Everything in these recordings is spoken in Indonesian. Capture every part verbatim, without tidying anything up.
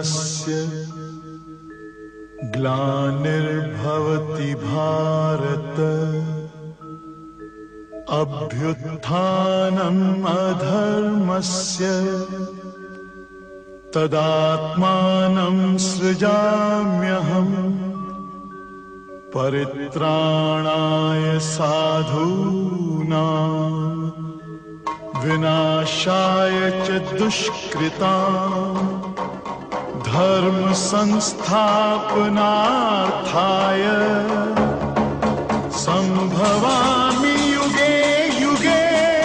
धर्मस्य ग्लानिर्भवति भारत अभ्युत्थानम् अधर्मस्य तदात्मानं सृजाम्यहम् परित्राणाय साधूनां विनाशाय च दुष्कृतां धर्म संस्थापनार्थाय संभवामि युगे युगे.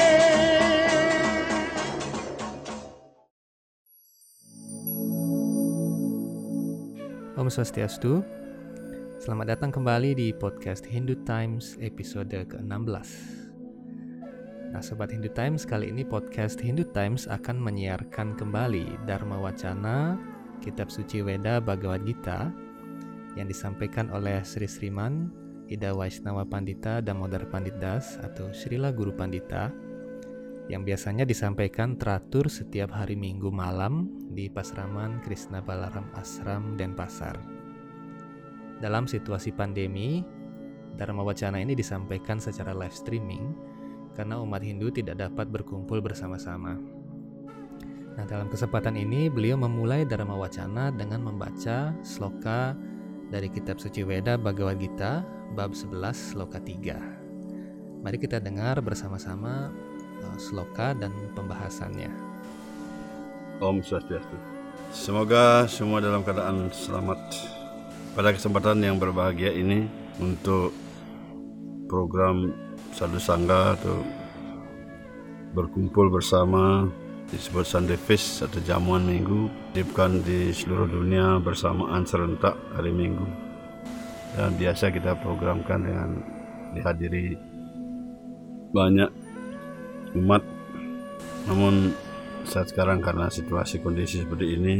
Om Swastiastu. Selamat datang kembali di podcast Hindu Times episode ke enam belas. Nah, Sobat Hindu Times, kali ini podcast Hindu Times akan menyiarkan kembali Dharma Wacana Kitab Suci Weda Bhagavad Gita yang disampaikan oleh Sri Sriman Ida Vaishnava Pandita Damodar Pandit Das atau Srila Guru Pandita, yang biasanya disampaikan teratur setiap hari Minggu malam di Pasraman Krishna Balaram Ashram Denpasar. Dalam situasi pandemi, Dharma Wacana ini disampaikan secara live streaming karena umat Hindu tidak dapat berkumpul bersama-sama. Nah, dalam kesempatan ini beliau memulai Dharma Wacana dengan membaca sloka dari Kitab Suci Weda Bhagavad Gita bab sebelas sloka tiga. Mari kita dengar bersama-sama sloka dan pembahasannya. Om Swastiastu. Semoga semua dalam keadaan selamat. Pada kesempatan yang berbahagia ini untuk program Sadhu Sangha atau berkumpul bersama disebut Sunday Feast atau jamuan minggu diadakan di seluruh dunia bersamaan serentak hari Minggu, dan biasa kita programkan dengan dihadiri banyak umat. Namun saat sekarang karena situasi kondisi seperti ini,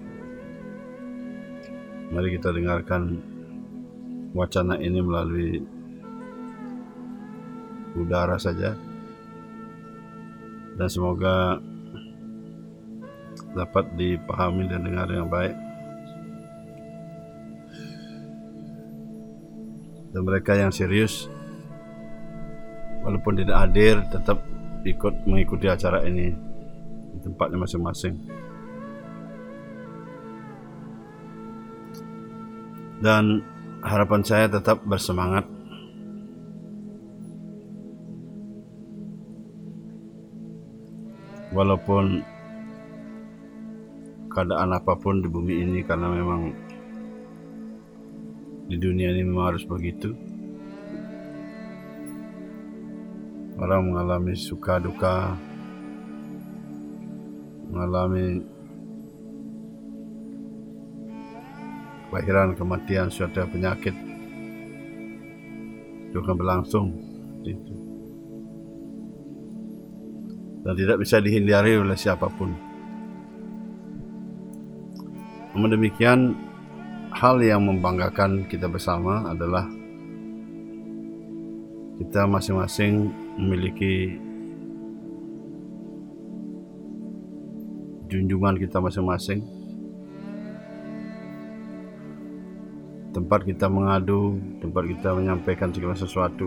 mari kita dengarkan wacana ini melalui udara saja, dan semoga dapat dipahami dan dengar dengan baik. Dan mereka yang serius, walaupun tidak hadir, tetap ikut mengikuti acara ini di tempatnya masing-masing. Dan harapan saya tetap bersemangat. Walaupun keadaan apapun di bumi ini, karena memang di dunia ini memang harus begitu. Orang mengalami suka duka, mengalami kelahiran, kematian, suatu penyakit itu akan berlangsung itu. Dan tidak bisa dihindari oleh siapapun. Namun demikian, hal yang membanggakan kita bersama adalah kita masing-masing memiliki junjungan kita masing-masing, tempat kita mengadu, tempat kita menyampaikan segala sesuatu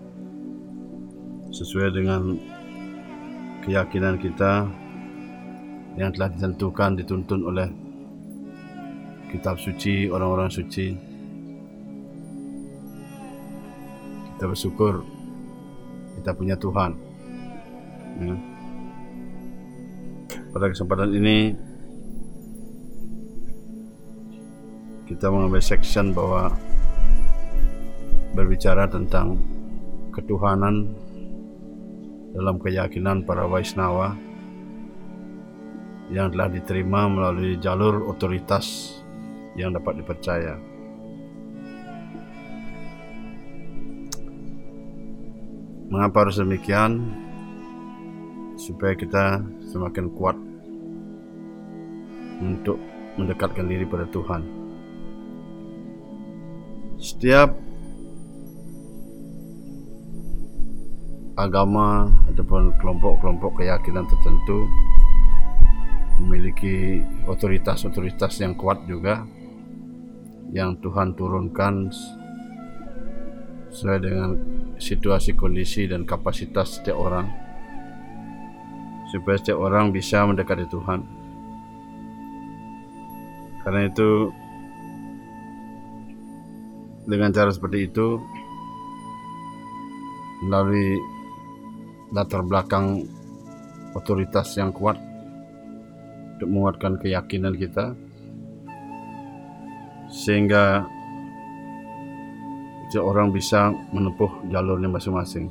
sesuai dengan keyakinan kita yang telah ditentukan, dituntun oleh kitab suci, orang-orang suci. Kita bersyukur kita punya Tuhan. Ya. Pada kesempatan ini kita mengambil section bahwa berbicara tentang ketuhanan dalam keyakinan para Vaishnava yang telah diterima melalui jalur otoritas yang dapat dipercaya. Mengapa harus demikian? Supaya kita semakin kuat untuk mendekatkan diri pada Tuhan. Setiap agama ataupun kelompok-kelompok keyakinan tertentu memiliki otoritas-otoritas yang kuat juga, yang Tuhan turunkan sesuai dengan situasi, kondisi, dan kapasitas setiap orang, supaya setiap orang bisa mendekati Tuhan. Karena itu, dengan cara seperti itu, melalui latar belakang otoritas yang kuat untuk menguatkan keyakinan kita, sehingga seorang bisa menempuh jalurnya masing-masing.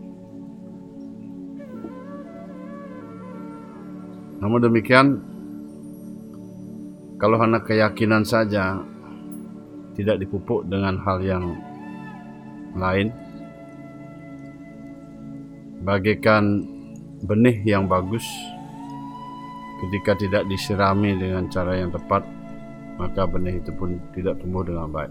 Namun demikian, kalau hanya keyakinan saja, tidak dipupuk dengan hal yang lain, bagaikan benih yang bagus, ketika tidak disirami dengan cara yang tepat, maka benih itu pun tidak tumbuh dengan baik.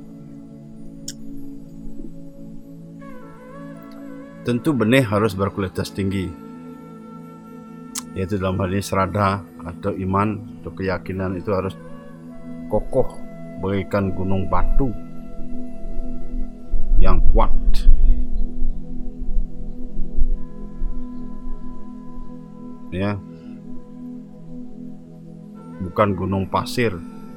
Tentu benih harus berkualitas tinggi, yaitu dalam hal ini serada atau iman atau keyakinan itu harus kokoh bagaikan gunung batu yang kuat. Ya, bukan gunung pasir,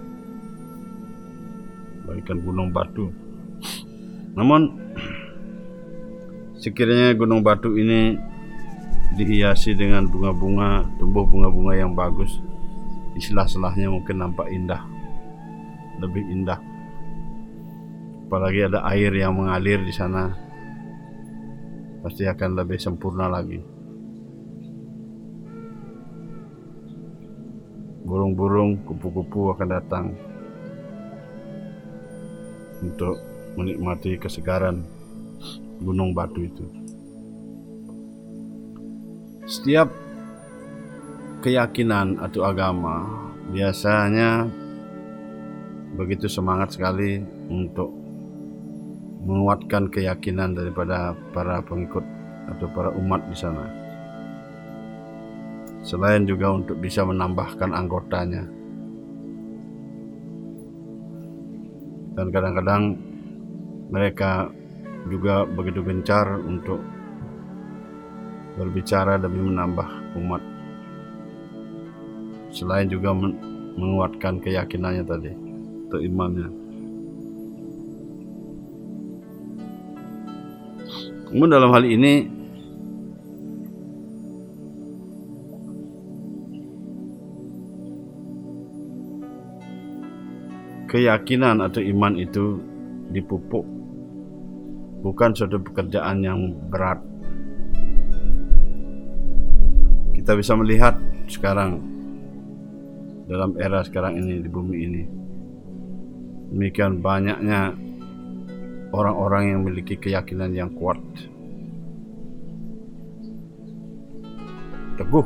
bagaikan gunung batu. Namun sekiranya gunung batu ini dihiasi dengan bunga-bunga, tumbuh bunga-bunga yang bagus, di sela-selahnya mungkin nampak indah, lebih indah. Apalagi ada air yang mengalir di sana, pasti akan lebih sempurna lagi. Burung-burung, kupu-kupu akan datang untuk menikmati kesegaran gunung batu itu. Setiap keyakinan atau agama biasanya begitu semangat sekali untuk menguatkan keyakinan daripada para pengikut atau para umat di sana. Selain juga untuk bisa menambahkan anggotanya. Dan kadang-kadang mereka juga begitu gencar untuk berbicara demi menambah umat. Selain juga menguatkan keyakinannya tadi, atau imannya. Namun dalam hal ini, keyakinan atau iman itu dipupuk, bukan suatu pekerjaan yang berat. Kita bisa melihat sekarang, dalam era sekarang ini di bumi ini, demikian banyaknya orang-orang yang memiliki keyakinan yang kuat, teguh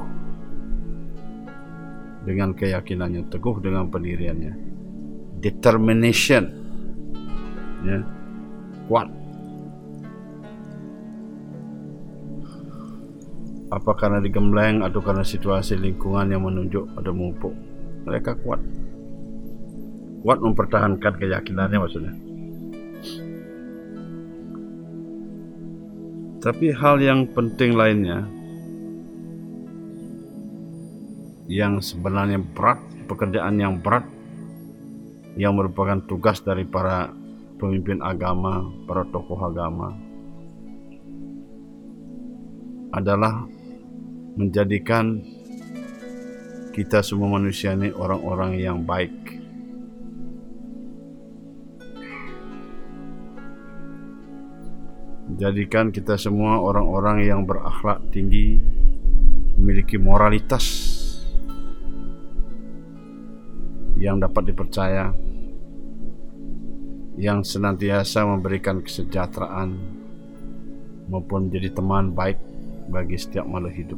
dengan keyakinannya, teguh dengan pendiriannya, determination, ya, kuat. Apa karena digembleng atau karena situasi lingkungan yang menunjuk atau memupuk, mereka kuat, kuat mempertahankan keyakinannya maksudnya. Tapi hal yang penting lainnya, yang sebenarnya berat, pekerjaan yang berat, yang merupakan tugas dari para pemimpin agama, para tokoh agama, adalah menjadikan kita semua manusia ini orang-orang yang baik. Menjadikan kita semua orang-orang yang berakhlak tinggi, memiliki moralitas yang dapat dipercaya, yang senantiasa memberikan kesejahteraan maupun menjadi teman baik bagi setiap makhluk hidup.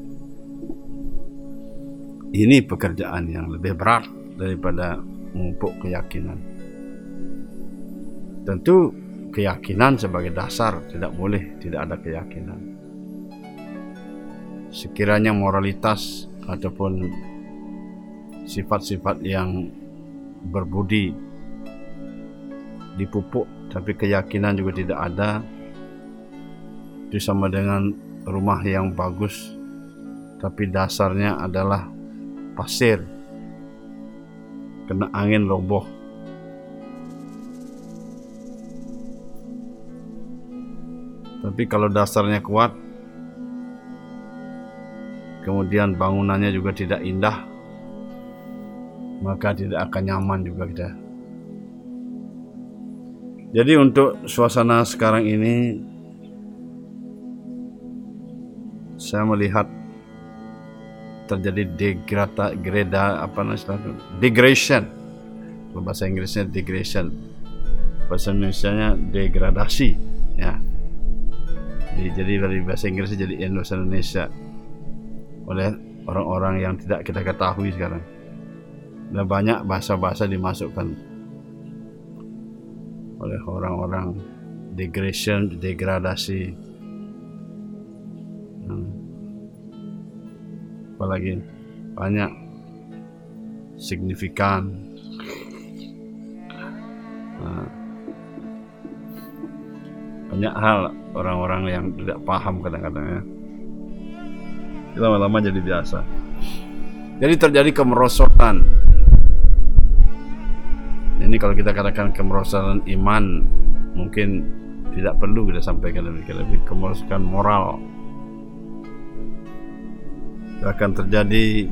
Ini pekerjaan yang lebih berat daripada memupuk keyakinan. Tentu keyakinan sebagai dasar, tidak boleh tidak ada keyakinan. Sekiranya moralitas ataupun sifat-sifat yang berbudi dipupuk, tapi keyakinan juga tidak ada. Itu sama dengan rumah yang bagus, tapi dasarnya adalah pasir, kena angin roboh. Tapi kalau dasarnya kuat, kemudian bangunannya juga tidak indah, maka tidak akan nyaman juga kita. Jadi untuk suasana sekarang ini, saya melihat terjadi degrada, greda, apa namanya, degradation. Bahasa Inggrisnya degradation, bahasa Indonesianya degradasi, ya. Jadi, jadi dari bahasa Inggrisnya jadi bahasa Indonesia oleh orang-orang yang tidak kita ketahui sekarang. Dan banyak bahasa-bahasa dimasukkan oleh orang-orang, degradation, degradasi. Hmm. Apalagi banyak signifikan. Nah, banyak hal orang-orang yang tidak paham kadang-kadang, ya. Lama-lama jadi biasa. Jadi terjadi kemerosotan. Ini kalau kita katakan kemerosotan iman, mungkin tidak perlu kita sampaikan lebih lebih kemerosotan moral. Akan terjadi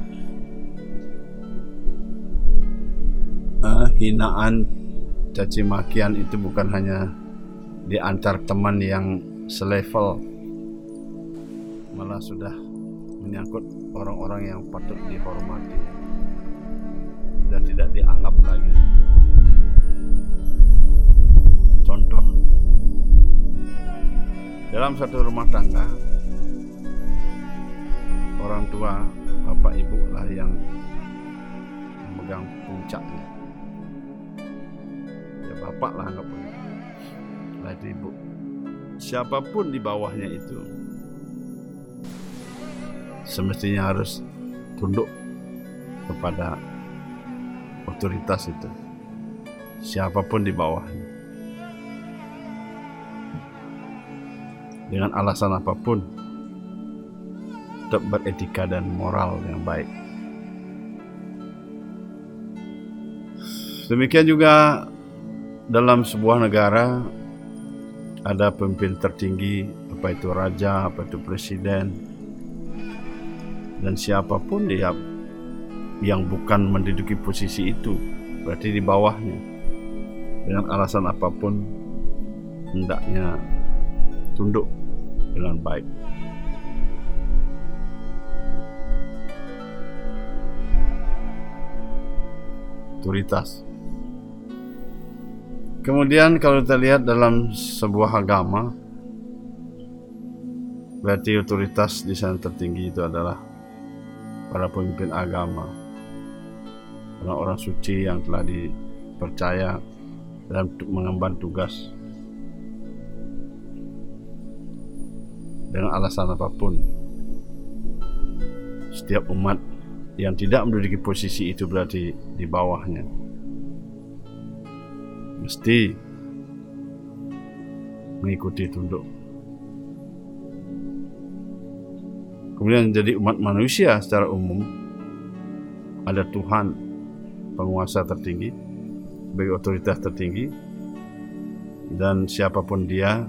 uh, hinaan, caci makian itu bukan hanya di antar teman yang selevel, malah sudah menyangkut orang-orang yang patut dihormati dan tidak dianggap lagi. Contoh, dalam satu rumah tangga, orang tua, bapak ibu lah yang memegang puncaknya. Ya bapak lah anggap begitu. Lah itu ibu. Siapapun di bawahnya itu semestinya harus tunduk kepada otoritas itu. Siapapun di bawahnya. Dengan alasan apapun, tetap beretika dan moral yang baik. Demikian juga dalam sebuah negara ada pemimpin tertinggi, apa itu raja, apa itu presiden, dan siapapun dia yang bukan menduduki posisi itu, berarti di bawahnya, dengan alasan apapun hendaknya tunduk dengan baik. Otoritas. Kemudian kalau kita lihat dalam sebuah agama, berarti otoritas di sana tertinggi itu adalah para pemimpin agama, orang-orang suci yang telah dipercaya dalam mengemban tugas dengan alasan apapun. Setiap umat yang tidak menduduki posisi itu berarti di bawahnya mesti mengikuti tunduk. Kemudian jadi umat manusia secara umum, ada Tuhan penguasa tertinggi sebagai otoritas tertinggi, dan siapapun dia,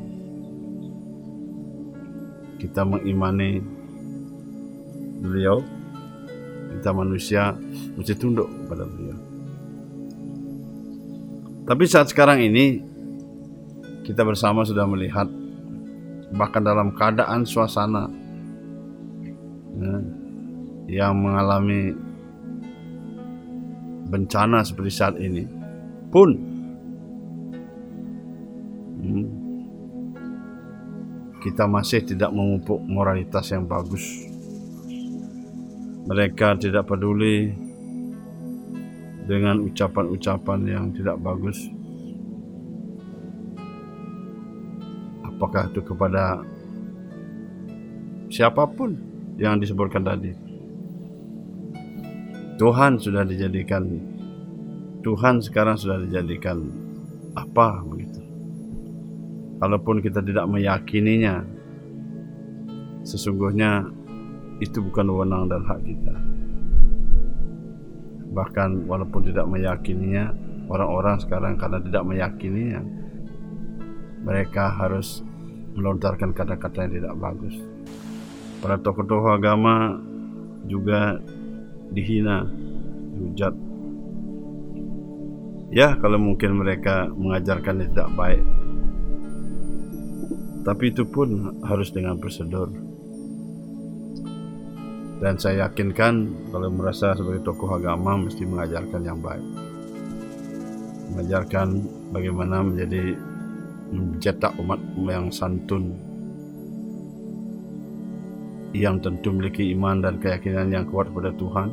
kita mengimani beliau, kita manusia mesti tunduk kepada beliau. Tapi saat sekarang ini kita bersama sudah melihat, bahkan dalam keadaan suasana ya, yang mengalami bencana seperti saat ini pun hmm, kita masih tidak memupuk moralitas yang bagus. Mereka tidak peduli dengan ucapan-ucapan yang tidak bagus, apakah itu kepada siapapun yang disebutkan tadi. Tuhan sudah dijadikan Tuhan sekarang sudah dijadikan apa begitu. Kalaupun kita tidak meyakininya, sesungguhnya itu bukan wewenang dan hak kita. Bahkan walaupun tidak meyakininya, orang-orang sekarang karena tidak meyakininya, mereka harus melontarkan kata-kata yang tidak bagus. Para tokoh-tokoh agama juga dihina, dihujat. Ya, kalau mungkin mereka mengajarkan yang tidak baik, tapi itu pun harus dengan prosedur. Dan saya yakinkan kalau merasa sebagai tokoh agama mesti mengajarkan yang baik, mengajarkan bagaimana menjadi mencetak umat yang santun, yang tentu memiliki iman dan keyakinan yang kuat pada Tuhan,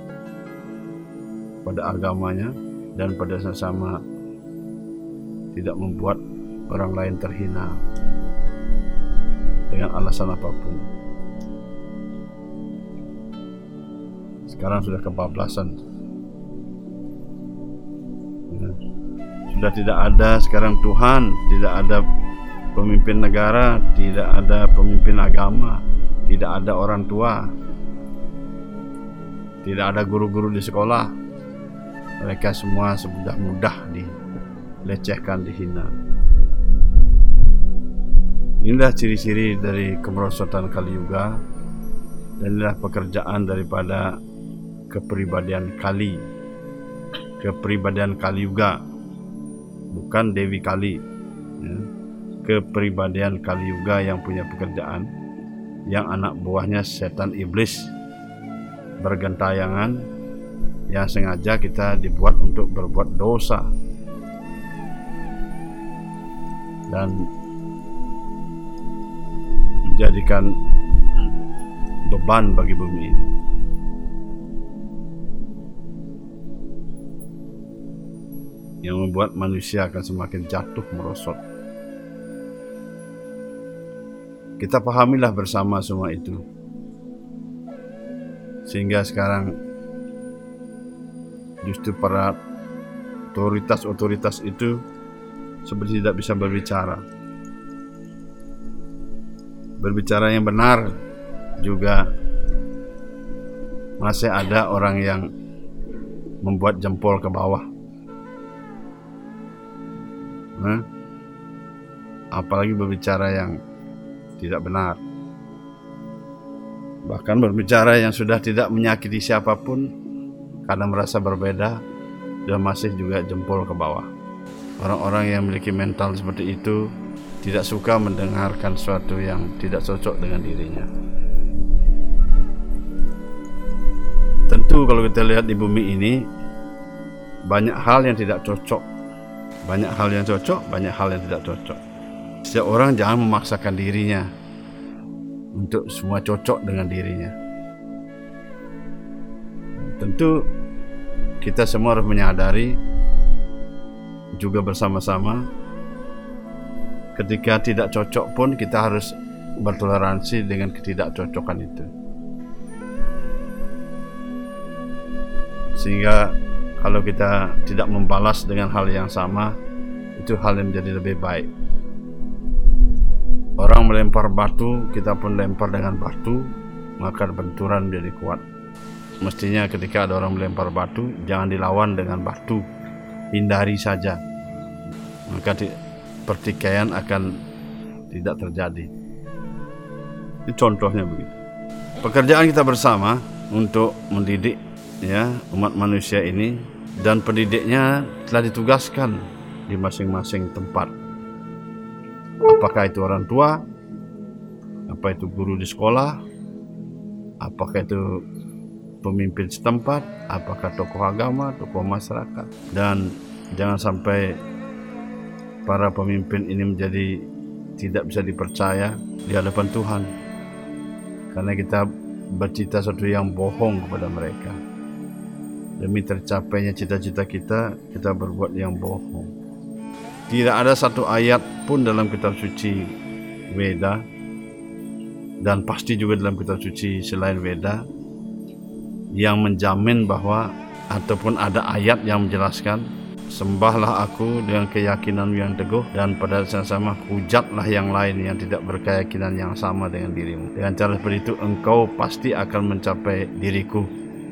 pada agamanya, dan pada sesama tidak membuat orang lain terhina dengan alasan apapun. Sekarang sudah kebablasan, ya. Sudah tidak ada sekarang Tuhan, tidak ada pemimpin negara, tidak ada pemimpin agama, tidak ada orang tua, tidak ada guru-guru di sekolah. Mereka semua sudah mudah dilecehkan, dihina. Inilah ciri-ciri dari kemerosotan Kali-yuga, dan inilah pekerjaan daripada kepribadian Kali, kepribadian Kali-yuga, bukan Dewi Kali, ya. Kepribadian Kali-yuga yang punya pekerjaan, yang anak buahnya setan iblis bergentayangan, yang sengaja kita dibuat untuk berbuat dosa dan menjadikan beban bagi bumi ini. Yang membuat manusia akan semakin jatuh merosot. Kita pahamilah bersama semua itu, sehingga sekarang justru para otoritas-otoritas itu seperti tidak bisa berbicara. Berbicara yang benar juga masih ada orang yang membuat jempol ke bawah. Nah, apalagi berbicara yang tidak benar, bahkan berbicara yang sudah tidak menyakiti siapapun karena merasa berbeda, dan masih juga jempol ke bawah. Orang-orang yang memiliki mental seperti itu tidak suka mendengarkan sesuatu yang tidak cocok dengan dirinya. Tentu kalau kita lihat di bumi ini, banyak hal yang tidak cocok. Banyak hal yang cocok, banyak hal yang tidak cocok. Setiap orang jangan memaksakan dirinya untuk semua cocok dengan dirinya. Tentu kita semua harus menyadari juga bersama-sama, ketika tidak cocok pun kita harus bertoleransi dengan ketidakcocokan itu. Sehingga kalau kita tidak membalas dengan hal yang sama, itu hal yang menjadi lebih baik. Orang melempar batu, kita pun lempar dengan batu, maka benturan menjadi kuat. Mestinya ketika ada orang melempar batu, jangan dilawan dengan batu, hindari saja, maka pertikaian akan tidak terjadi. Itu contohnya begitu. Pekerjaan kita bersama untuk mendidik, ya, umat manusia ini, dan pendidiknya telah ditugaskan di masing-masing tempat. Apakah itu orang tua, apa itu guru di sekolah, apakah itu pemimpin setempat, apakah tokoh agama, tokoh masyarakat. Dan jangan sampai para pemimpin ini menjadi tidak bisa dipercaya di hadapan Tuhan, karena kita bercita sesuatu yang bohong kepada mereka. Demi tercapainya cita-cita kita, kita berbuat yang bohong. Tidak ada satu ayat pun dalam kitab suci Weda, dan pasti juga dalam kitab suci selain Weda, yang menjamin bahwa ataupun ada ayat yang menjelaskan, sembahlah aku dengan keyakinan yang teguh, dan pada saat sama hujatlah yang lain yang tidak berkeyakinan yang sama dengan dirimu. Dengan cara seperti itu engkau pasti akan mencapai diriku.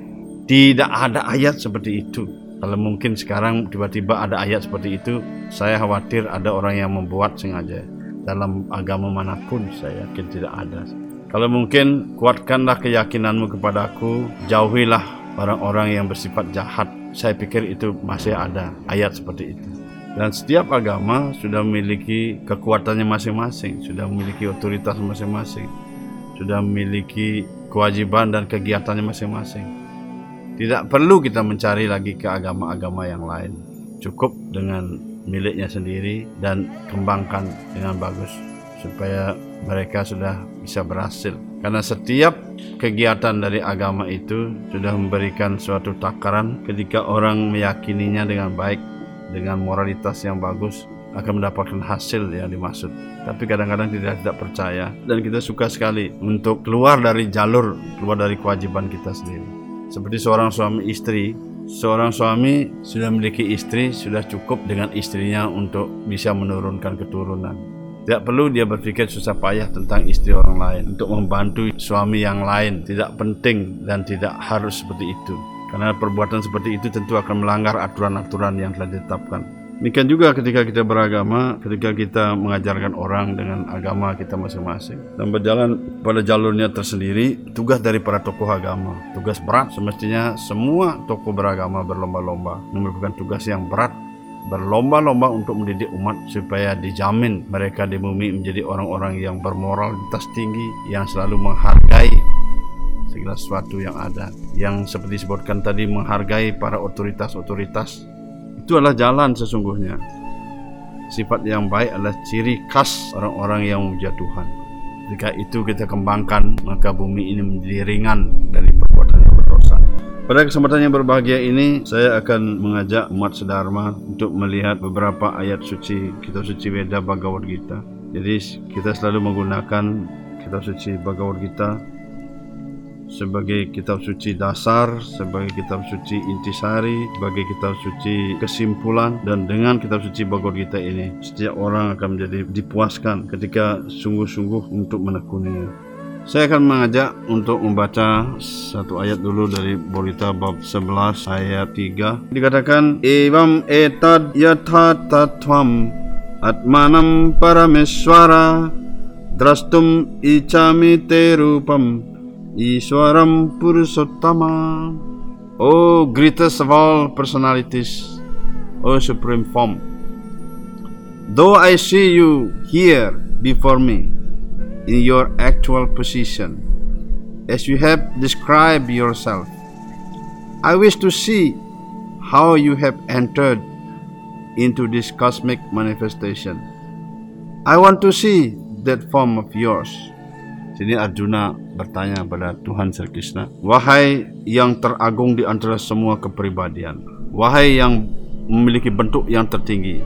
Tidak ada ayat seperti itu. Kalau mungkin sekarang tiba-tiba ada ayat seperti itu, saya khawatir ada orang yang membuat sengaja. Dalam agama manapun saya yakin tidak ada. Kalau mungkin kuatkanlah keyakinanmu kepadaku, jauhilah orang-orang yang bersifat jahat. Saya pikir itu masih ada ayat seperti itu. Dan setiap agama sudah memiliki kekuatannya masing-masing, sudah memiliki otoritas masing-masing, sudah memiliki kewajiban dan kegiatannya masing-masing. Tidak perlu kita mencari lagi ke agama-agama yang lain. Cukup dengan miliknya sendiri dan kembangkan dengan bagus supaya mereka sudah bisa berhasil. Karena setiap kegiatan dari agama itu sudah memberikan suatu takaran. Ketika orang meyakininya dengan baik, dengan moralitas yang bagus, akan mendapatkan hasil yang dimaksud. Tapi kadang-kadang tidak tidak percaya, dan kita suka sekali untuk keluar dari jalur, keluar dari kewajiban kita sendiri. Seperti seorang suami istri, seorang suami sudah memiliki istri, sudah cukup dengan istrinya untuk bisa menurunkan keturunan. Tidak perlu dia berpikir susah payah tentang istri orang lain untuk membantu suami yang lain. Tidak penting dan tidak harus seperti itu. Karena perbuatan seperti itu tentu akan melanggar aturan-aturan yang telah ditetapkan. Demikian juga ketika kita beragama, ketika kita mengajarkan orang dengan agama kita masing-masing dan berjalan pada jalurnya tersendiri. Tugas dari para tokoh agama, tugas berat. Semestinya semua tokoh beragama berlomba-lomba, merupakan tugas yang berat, berlomba-lomba untuk mendidik umat supaya dijamin mereka di bumi menjadi orang-orang yang bermoralitas tinggi, yang selalu menghargai segala sesuatu yang ada, yang seperti disebutkan tadi menghargai para otoritas-otoritas. Itu adalah jalan sesungguhnya. Sifat yang baik adalah ciri khas orang-orang yang memuja Tuhan. Jika itu kita kembangkan, maka bumi ini menjadi ringan dari perbuatan yang berdosa. Pada kesempatan yang berbahagia ini, saya akan mengajak umat sedharma untuk melihat beberapa ayat suci kitab suci Weda Bhagavad Gita. Jadi kita selalu menggunakan kitab suci Bhagavad Gita sebagai kitab suci dasar, sebagai kitab suci intisari, sebagai kitab suci kesimpulan. Dan dengan kitab suci Bhagavad Gita ini, setiap orang akan menjadi dipuaskan ketika sungguh-sungguh untuk menekuninya. Saya akan mengajak untuk membaca satu ayat dulu dari Bhagavad Gita bab sebelas ayat tiga. Dikatakan, Evam etad yatha tattvam atmanam parameswara drastum ichami te rupam Iswaram Purushottama. O greatest of all personalities, O supreme form, though I see you here before me in your actual position, as you have described yourself, I wish to see how you have entered into this cosmic manifestation. I want to see that form of yours. Sini Arjuna bertanya pada Tuhan Sri Krishna, wahai yang teragung di antara semua kepribadian, wahai yang memiliki bentuk yang tertinggi,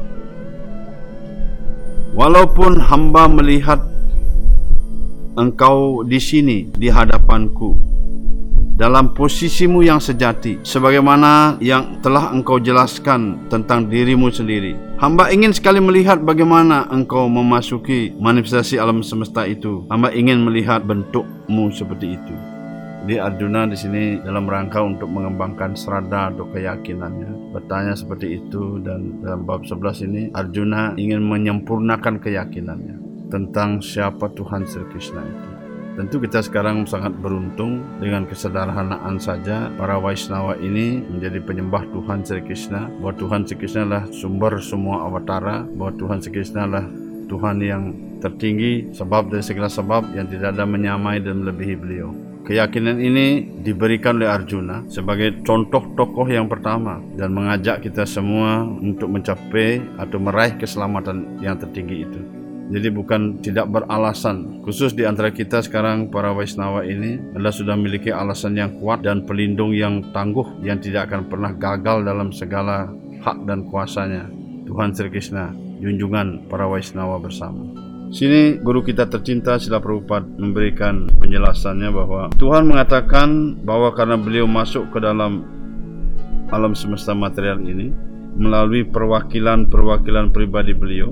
walaupun hamba melihat engkau di sini di hadapanku dalam posisimu yang sejati, sebagaimana yang telah engkau jelaskan tentang dirimu sendiri, hamba ingin sekali melihat bagaimana engkau memasuki manifestasi alam semesta itu. Hamba ingin melihat bentukmu seperti itu. Jadi Arjuna di sini dalam rangka untuk mengembangkan sraddha atau keyakinannya, bertanya seperti itu. Dan dalam bab sebelas ini Arjuna ingin menyempurnakan keyakinannya tentang siapa Tuhan Sri Krishna itu. Tentu kita sekarang sangat beruntung dengan kesederhanaan saja para Vaishnava ini menjadi penyembah Tuhan Sri Krishna, bahwa Tuhan Sri Krishna adalah sumber semua avatara, bahwa Tuhan Sri Krishna adalah Tuhan yang tertinggi, sebab dari segala sebab yang tidak ada menyamai dan melebihi beliau. Keyakinan ini diberikan oleh Arjuna sebagai contoh tokoh yang pertama dan mengajak kita semua untuk mencapai atau meraih keselamatan yang tertinggi itu. Jadi bukan tidak beralasan, khusus di antara kita sekarang para Vaishnava ini adalah sudah memiliki alasan yang kuat dan pelindung yang tangguh yang tidak akan pernah gagal dalam segala hak dan kuasanya. Tuhan Sri Krishna, junjungan para Vaishnava bersama. Sini guru kita tercinta Srila Prabhupada memberikan penjelasannya bahwa Tuhan mengatakan bahwa karena beliau masuk ke dalam alam semesta material ini melalui perwakilan-perwakilan pribadi beliau,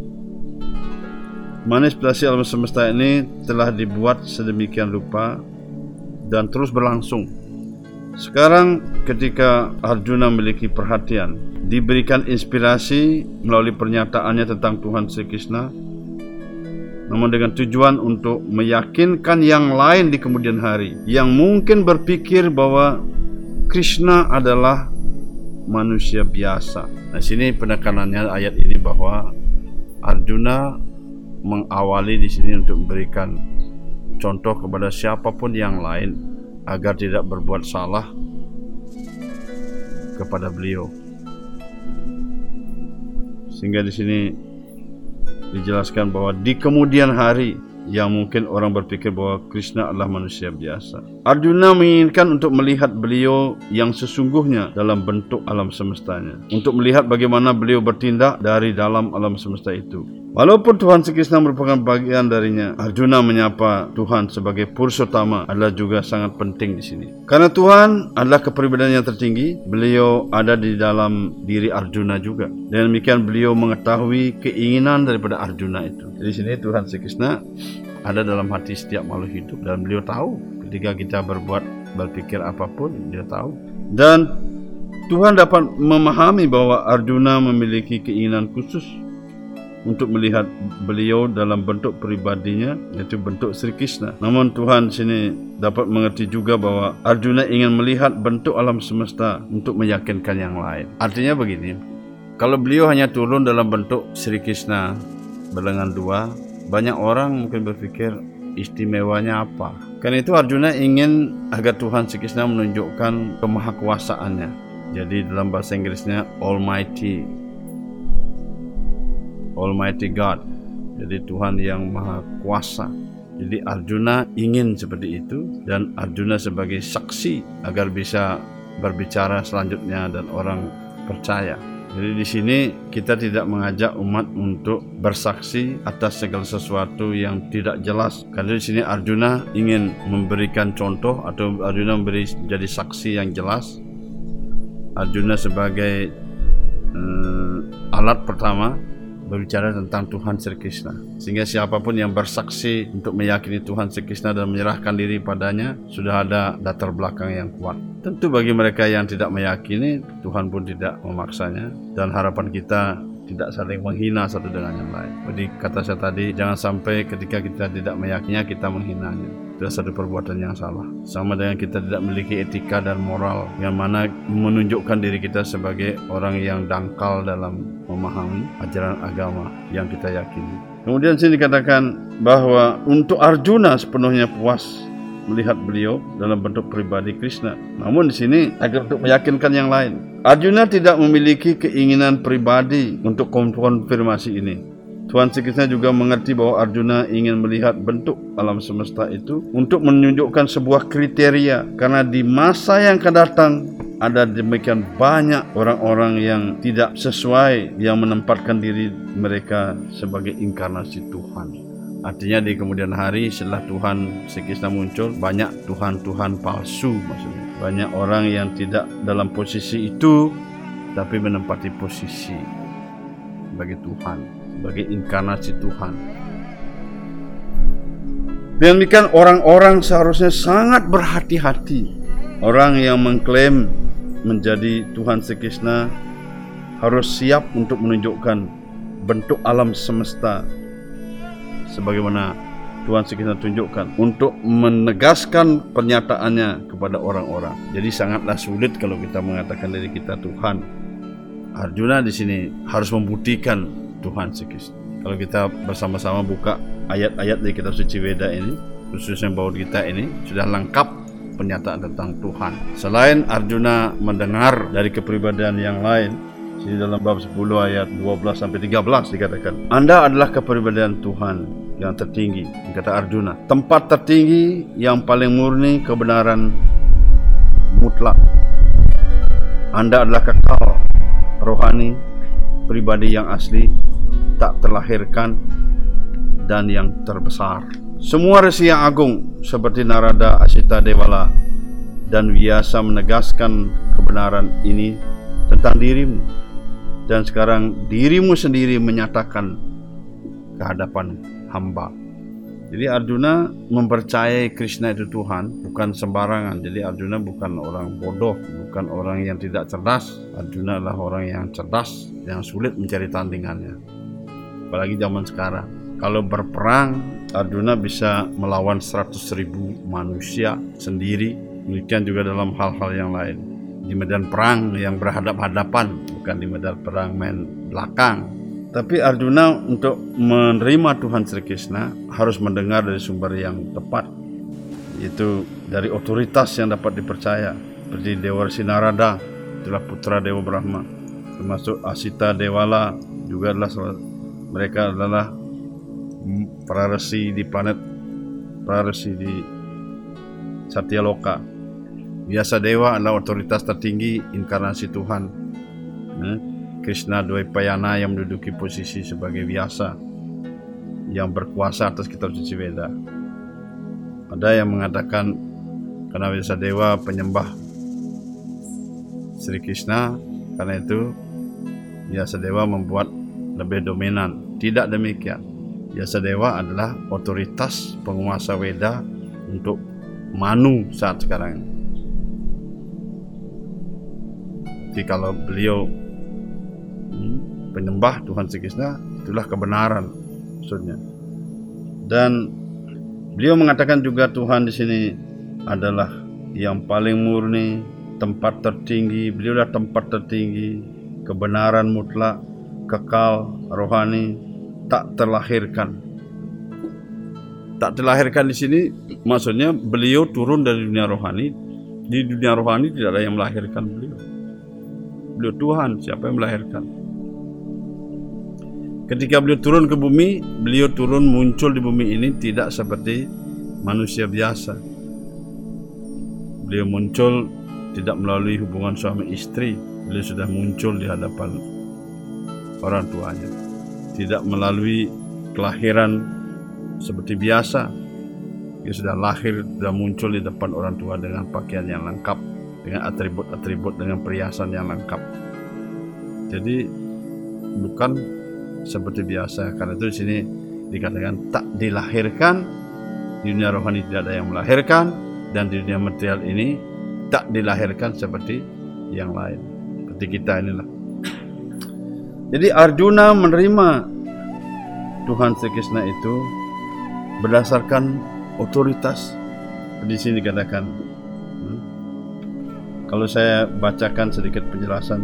manifestasi alam semesta ini telah dibuat sedemikian rupa dan terus berlangsung. Sekarang ketika Arjuna memiliki perhatian, diberikan inspirasi melalui pernyataannya tentang Tuhan Sri Krishna, namun dengan tujuan untuk meyakinkan yang lain di kemudian hari yang mungkin berpikir bahwa Krishna adalah manusia biasa. Nah, sini penekanannya ayat ini bahwa Arjuna mengawali di sini untuk memberikan contoh kepada siapapun yang lain agar tidak berbuat salah kepada beliau. Sehingga di sini dijelaskan bahwa di kemudian hari yang mungkin orang berpikir bahwa Krishna adalah manusia biasa, Arjuna menginginkan untuk melihat beliau yang sesungguhnya dalam bentuk alam semestanya, untuk melihat bagaimana beliau bertindak dari dalam alam semesta itu. Walaupun Tuhan Sri Krishna merupakan bagian darinya, Arjuna menyapa Tuhan sebagai Purushotama adalah juga sangat penting di sini. Karena Tuhan adalah kepribadian yang tertinggi, beliau ada di dalam diri Arjuna juga. Dan demikian beliau mengetahui keinginan daripada Arjuna itu. Di sini Tuhan Sri Krishna ada dalam hati setiap makhluk hidup dan beliau tahu ketika kita berbuat, berpikir apapun, dia tahu. Dan Tuhan dapat memahami bahwa Arjuna memiliki keinginan khusus untuk melihat beliau dalam bentuk pribadinya, yaitu bentuk Sri Krishna. Namun Tuhan sini dapat mengerti juga bahwa Arjuna ingin melihat bentuk alam semesta untuk meyakinkan yang lain. Artinya begini, kalau beliau hanya turun dalam bentuk Sri Krishna berlengan dua, banyak orang mungkin berpikir istimewanya apa. Karena itu Arjuna ingin agar Tuhan Sri Krishna menunjukkan kemahakuasaannya. Jadi dalam bahasa Inggrisnya Almighty Almighty God, jadi Tuhan yang maha kuasa. Jadi Arjuna ingin seperti itu, dan Arjuna sebagai saksi agar bisa berbicara selanjutnya dan orang percaya. Jadi di sini kita tidak mengajak umat untuk bersaksi atas segala sesuatu yang tidak jelas. Karena di sini Arjuna ingin memberikan contoh atau Arjuna memberi jadi saksi yang jelas. Arjuna sebagai hmm, alat pertama berbicara tentang Tuhan Sri Krishna, sehingga siapapun yang bersaksi untuk meyakini Tuhan Sri Krishna dan menyerahkan diri padanya sudah ada latar belakang yang kuat. Tentu bagi mereka yang tidak meyakini, Tuhan pun tidak memaksanya, dan harapan kita tidak saling menghina satu dengan yang lain. Jadi kata saya tadi, jangan sampai ketika kita tidak meyakininya kita menghinanya. Itu satu perbuatan yang salah. Sama dengan kita tidak memiliki etika dan moral yang mana menunjukkan diri kita sebagai orang yang dangkal dalam memahami ajaran agama yang kita yakini. Kemudian sini dikatakan bahwa untuk Arjuna sepenuhnya puas melihat beliau dalam bentuk pribadi Krishna. Namun di sini agar untuk meyakinkan yang lain, Arjuna tidak memiliki keinginan pribadi untuk konfirmasi ini. Tuhan Sri Krishna juga mengerti bahwa Arjuna ingin melihat bentuk alam semesta itu untuk menunjukkan sebuah kriteria, karena di masa yang akan datang ada demikian banyak orang-orang yang tidak sesuai, yang menempatkan diri mereka sebagai inkarnasi Tuhan. Artinya di kemudian hari setelah Tuhan Sri Krishna muncul, banyak Tuhan-Tuhan palsu, maksudnya banyak orang yang tidak dalam posisi itu tapi menempati posisi sebagai Tuhan, sebagai inkarnasi Tuhan. Demikian orang-orang seharusnya sangat berhati-hati. Orang yang mengklaim menjadi Tuhan Sri Krishna harus siap untuk menunjukkan bentuk alam semesta sebagaimana Tuhan Sri Krishna tunjukkan, untuk menegaskan pernyataannya kepada orang-orang. Jadi sangatlah sulit kalau kita mengatakan diri kita Tuhan. Arjuna di sini harus membuktikan Tuhan Sri Krishna. Kalau kita bersama-sama buka ayat-ayat dari kitab suci Weda ini, khususnya Bhagavad Gita ini, sudah lengkap pernyataan tentang Tuhan. Selain Arjuna mendengar dari kepribadian yang lain, sini dalam bab sepuluh ayat dua belas sampai tiga belas dikatakan, Anda adalah kepribadian Tuhan yang tertinggi, kata Arjuna, tempat tertinggi yang paling murni kebenaran mutlak. Anda adalah kekal, rohani, pribadi yang asli, tak terlahirkan, dan yang terbesar. Semua resi yang agung seperti Narada, Asita, Dewala dan Vyasa menegaskan kebenaran ini tentang dirimu. Dan sekarang dirimu sendiri menyatakan kehadapan hamba. Jadi Arjuna mempercayai Krishna itu Tuhan, bukan sembarangan. Jadi Arjuna bukan orang bodoh, bukan orang yang tidak cerdas. Arjuna adalah orang yang cerdas, yang sulit mencari tandingannya. Apalagi zaman sekarang. Kalau berperang, Arjuna bisa melawan seratus ribu manusia sendiri. Demikian juga dalam hal-hal yang lain. Di medan perang yang berhadap-hadapan, bukan di medan perang main belakang. Tapi Arjuna untuk menerima Tuhan Sri Krishna harus mendengar dari sumber yang tepat, yaitu dari otoritas yang dapat dipercaya, seperti Dewarsi Narada, itulah putra Dewa Brahma, termasuk Asita, Dewala juga adalah mereka adalah para resi di planet, para resi di Satyaloka. Vyasa Dewa adalah otoritas tertinggi inkarnasi Tuhan. Nah, Krishna Dwaipayana yang menduduki posisi sebagai Vyasa yang berkuasa atas kitab suci Veda. Ada yang mengatakan karena Vyasa Dewa penyembah Sri Krishna, karena itu Vyasa Dewa membuat lebih dominan. Tidak demikian. Vyasa Dewa adalah otoritas penguasa Veda untuk Manu saat sekarang. Jadi kalau beliau hmm, penyembah Tuhan Sri Krishna, itulah kebenaran maksudnya. Dan beliau mengatakan juga Tuhan di sini adalah yang paling murni, tempat tertinggi. Beliau adalah tempat tertinggi, kebenaran mutlak, kekal, rohani, tak terlahirkan. Tak terlahirkan di sini maksudnya beliau turun dari dunia rohani. Di dunia rohani tidak ada yang melahirkan beliau. Beliau Tuhan, siapa yang melahirkan? Ketika beliau turun ke bumi, beliau turun muncul di bumi ini tidak seperti manusia biasa. Beliau muncul tidak melalui hubungan suami istri. Beliau sudah muncul di hadapan orang tuanya. Tidak melalui kelahiran seperti biasa. Dia sudah lahir, sudah muncul di depan orang tua dengan pakaian yang lengkap, dengan atribut-atribut, dengan perhiasan yang lengkap. Jadi bukan seperti biasa. Karena itu di sini dikatakan tak dilahirkan. Di dunia rohani tidak ada yang melahirkan, dan di dunia material ini tak dilahirkan seperti yang lain. Seperti kita inilah. Jadi Arjuna menerima Tuhan Sri Krishna itu berdasarkan otoritas. Di sini dikatakan, hmm, kalau saya bacakan sedikit penjelasan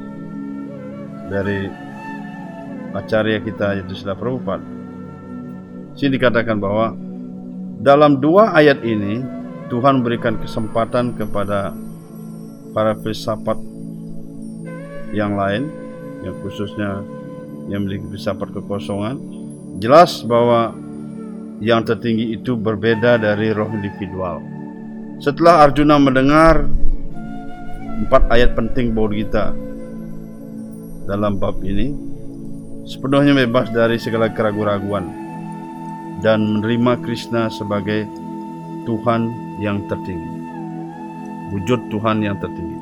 dari Acarya kita yaitu Srila Prabhupada. Sini dikatakan bahwa dalam dua ayat ini Tuhan berikan kesempatan kepada para filsafat yang lain, yang khususnya yang memiliki filsafat kekosongan, jelas bahwa yang tertinggi itu berbeda dari roh individual. Setelah Arjuna mendengar empat ayat penting Bhagavad Gita dalam bab ini, sepenuhnya bebas dari segala keraguan-raguan dan menerima Krishna sebagai Tuhan yang tertinggi, wujud Tuhan yang tertinggi,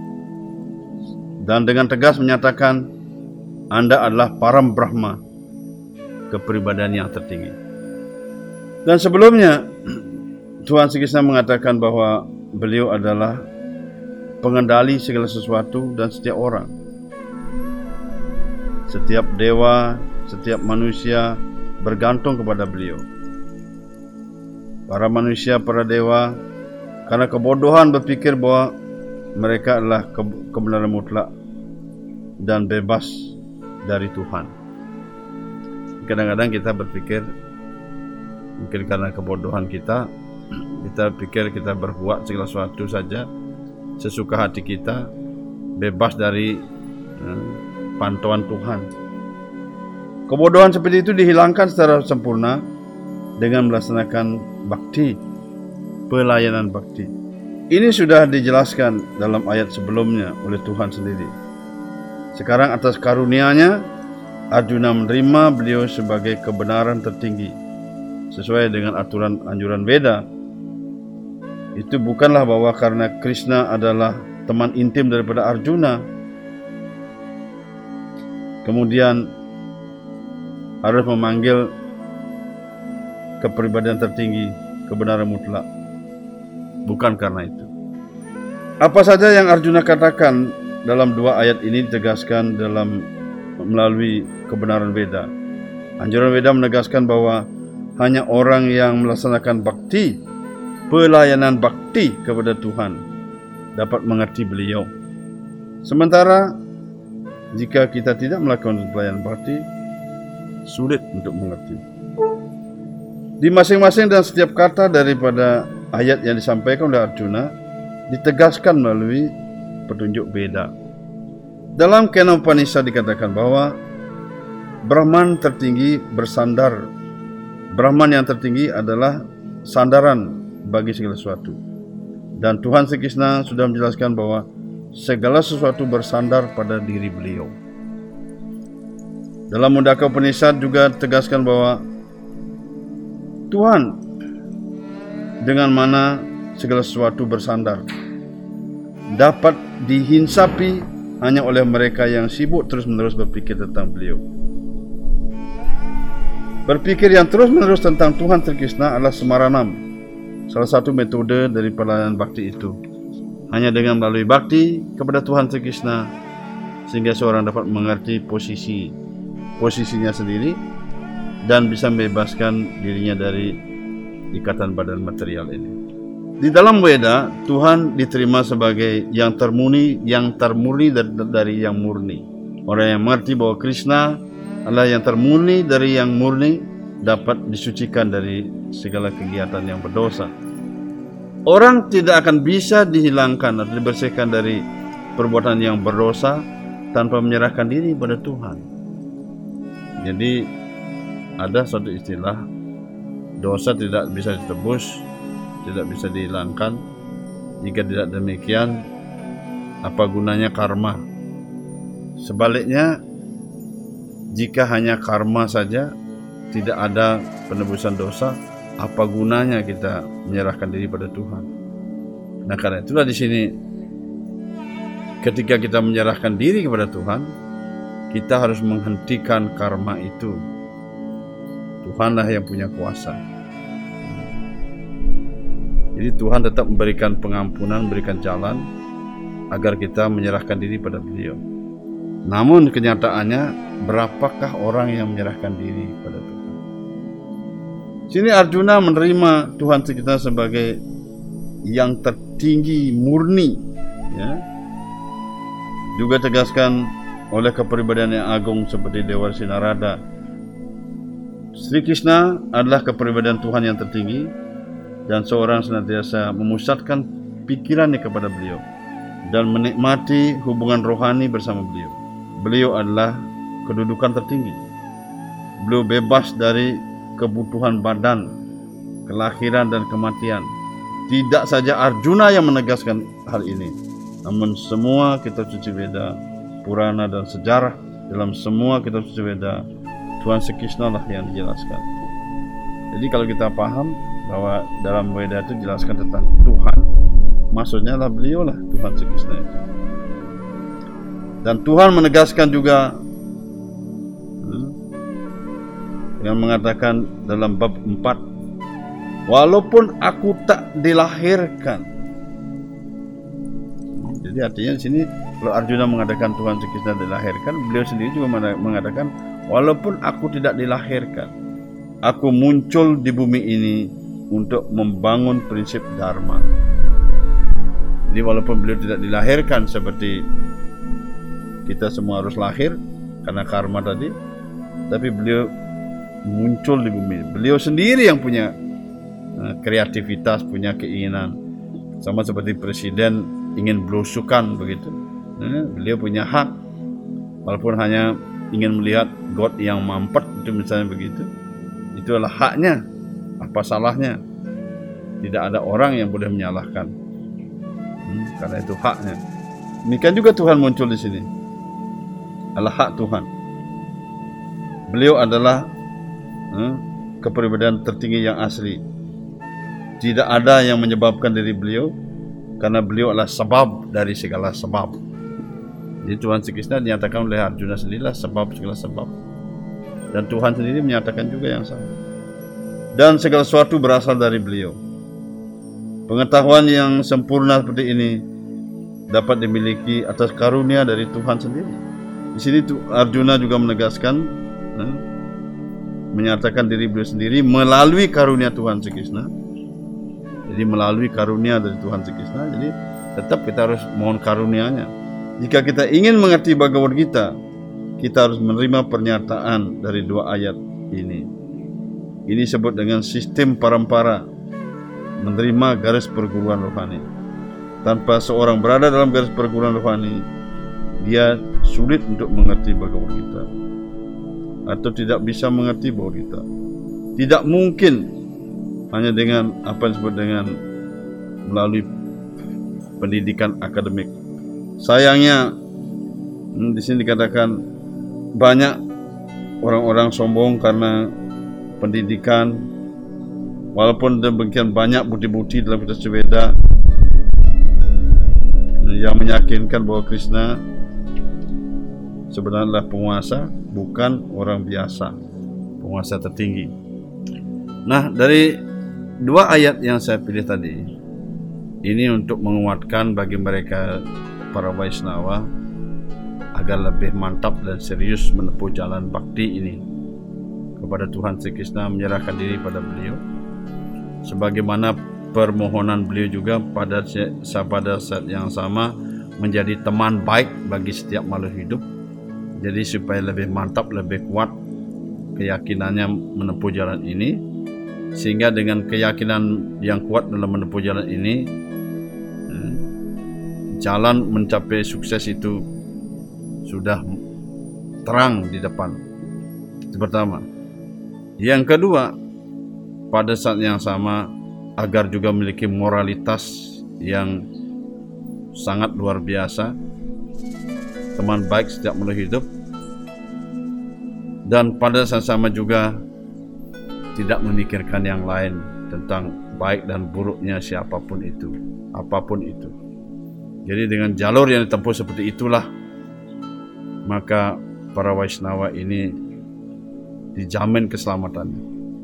dan dengan tegas menyatakan Anda adalah Param Brahma, kepribadian yang tertinggi. Dan sebelumnya Tuhan Sri Krishna mengatakan bahwa beliau adalah pengendali segala sesuatu dan setiap orang. Setiap dewa, setiap manusia bergantung kepada beliau. Para manusia, para dewa, karena kebodohan berpikir bahwa mereka adalah kebenaran mutlak dan bebas dari Tuhan. Kadang-kadang kita berpikir, mungkin karena kebodohan kita, kita pikir kita berbuat segala sesuatu saja sesuka hati kita, bebas dari eh, pantauan Tuhan. Kebodohan seperti itu dihilangkan secara sempurna dengan melaksanakan bakti, pelayanan bakti. Ini sudah dijelaskan dalam ayat sebelumnya oleh Tuhan sendiri. Sekarang atas karunia-Nya Arjuna menerima beliau sebagai kebenaran tertinggi sesuai dengan aturan anjuran Veda, itu bukanlah bahwa karena Krishna adalah teman intim daripada Arjuna, kemudian harus memanggil kepribadian tertinggi, kebenaran mutlak. Bukan karena itu. Apa saja yang Arjuna katakan dalam dua ayat ini ditegaskan dalam melalui kebenaran Veda. Anjuran Veda menegaskan bahwa hanya orang yang melaksanakan bakti, pelayanan bakti kepada Tuhan dapat mengerti beliau. Sementara jika kita tidak melakukan pelayanan bakti, sulit untuk mengerti. Di masing-masing dan setiap kata daripada ayat yang disampaikan oleh Arjuna ditegaskan melalui petunjuk Veda. Dalam Kena Upanishad dikatakan bahwa Brahman tertinggi bersandar. Brahman yang tertinggi adalah sandaran bagi segala sesuatu. Dan Tuhan Sri Krishna sudah menjelaskan bahwa segala sesuatu bersandar pada diri beliau. Dalam Mundaka Upanishad juga ditegaskan bahwa Tuhan dengan mana segala sesuatu bersandar dapat dihinsapi hanya oleh mereka yang sibuk terus-menerus berpikir tentang beliau. Berpikir yang terus-menerus tentang Tuhan Sri Krishna adalah semaranam, salah satu metode dari pelayanan bakti itu. Hanya dengan melalui bakti kepada Tuhan Sri Krishna sehingga seorang dapat mengerti posisi posisinya sendiri dan bisa membebaskan dirinya dari ikatan badan material ini. Di dalam Veda, Tuhan diterima sebagai yang termurni, yang termurni dari, dari yang murni. Orang yang mengerti bahwa Krishna adalah yang termurni dari yang murni dapat disucikan dari segala kegiatan yang berdosa. Orang tidak akan bisa dihilangkan atau dibersihkan dari perbuatan yang berdosa tanpa menyerahkan diri pada Tuhan. Jadi ada suatu istilah, dosa tidak bisa ditebus, tidak bisa dihilangkan. Jika tidak demikian, apa gunanya karma? Sebaliknya, jika hanya karma saja, tidak ada penebusan dosa, apa gunanya kita menyerahkan diri pada Tuhan? Nah, karena itulah di sini ketika kita menyerahkan diri kepada Tuhan, kita harus menghentikan karma itu. Tuhanlah yang punya kuasa. Jadi Tuhan tetap memberikan pengampunan, memberikan jalan agar kita menyerahkan diri pada beliau. Namun kenyataannya, berapakah orang yang menyerahkan diri pada Tuhan? Sini Arjuna menerima Tuhan kita sebagai yang tertinggi, murni, ya. Juga tegaskan oleh kepribadian yang agung seperti Dewarsi Narada. Sri Krishna adalah kepribadian Tuhan yang tertinggi dan seorang senantiasa memusatkan pikirannya kepada beliau dan menikmati hubungan rohani bersama beliau. Beliau adalah kedudukan tertinggi. Beliau bebas dari kebutuhan badan, kelahiran dan kematian. Tidak saja Arjuna yang menegaskan hal ini, namun semua kitab suci Veda, Purana dan sejarah dalam semua kitab suci Veda, Tuhan Sri Krishna lah yang dijelaskan. Jadi kalau kita paham bahwa dalam Veda itu dijelaskan tentang Tuhan, maksudnya lah beliau lah Tuhan Sri Krishna itu. Dan Tuhan menegaskan juga yang mengatakan dalam bab empat, walaupun aku tak dilahirkan. Jadi artinya di sini kalau Arjuna mengatakan Tuhan Sri Krishna dilahirkan, beliau sendiri juga mengatakan walaupun aku tidak dilahirkan, aku muncul di bumi ini untuk membangun prinsip dharma. Jadi walaupun beliau tidak dilahirkan seperti kita semua harus lahir karena karma tadi, tapi beliau muncul di bumi. Beliau sendiri yang punya uh, kreativitas, punya keinginan. Sama seperti presiden ingin belusukan begitu. Nah, beliau punya hak, walaupun hanya ingin melihat God yang mampet itu misalnya begitu. Itu adalah haknya. Apa salahnya? Tidak ada orang yang boleh menyalahkan. Hmm, karena itu haknya. Demikian juga Tuhan muncul di sini. Adalah hak Tuhan. beliau adalah eh, kepribadian tertinggi yang asli. Tidak ada yang menyebabkan diri beliau, karena beliau adalah sebab dari segala sebab. Jadi Tuhan Yesus Kristus dinyatakan oleh Arjuna sendirilah sebab segala sebab. Dan Tuhan sendiri menyatakan juga yang sama. Dan segala sesuatu berasal dari beliau. Pengetahuan yang sempurna seperti ini dapat dimiliki atas karunia dari Tuhan sendiri. Di sini Arjuna juga menegaskan, eh, menyatakan diri beliau sendiri melalui karunia Tuhan Yesus Kristus. Jadi melalui karunia dari Tuhan Yesus Kristus. Jadi tetap kita harus mohon karunia-Nya. Jika kita ingin mengerti Bhagavad Gita, kita harus menerima pernyataan dari dua ayat ini. Ini disebut dengan sistem parampara, menerima garis perguruan rohani. Tanpa seorang berada dalam garis perguruan rohani, dia sulit untuk mengerti Bhagavad Gita, atau tidak bisa mengerti Bhagavad Gita. Tidak mungkin hanya dengan apa yang disebut dengan melalui pendidikan akademik. Sayangnya di sini dikatakan banyak orang-orang sombong karena pendidikan, walaupun demikian banyak bukti-bukti dalam kitab Veda yang meyakinkan bahwa Krishna sebenarnya adalah penguasa, bukan orang biasa, penguasa tertinggi. Nah, dari dua ayat yang saya pilih tadi, ini untuk menguatkan bagi mereka para Vaishnava agar lebih mantap dan serius menempuh jalan bakti ini kepada Tuhan Sri Krishna, menyerahkan diri pada beliau, sebagaimana permohonan beliau juga pada pada saat yang sama menjadi teman baik bagi setiap makhluk hidup. Jadi supaya lebih mantap, lebih kuat keyakinannya menempuh jalan ini, sehingga dengan keyakinan yang kuat dalam menempuh jalan ini, jalan mencapai sukses itu sudah terang di depan. Itu pertama. Yang kedua, pada saat yang sama agar juga memiliki moralitas yang sangat luar biasa, teman baik setiap makhluk hidup, dan pada saat sama juga tidak memikirkan yang lain tentang baik dan buruknya siapapun itu, apapun itu. Jadi dengan jalur yang ditempuh seperti itulah, maka para Vaishnava ini dijamin keselamatannya.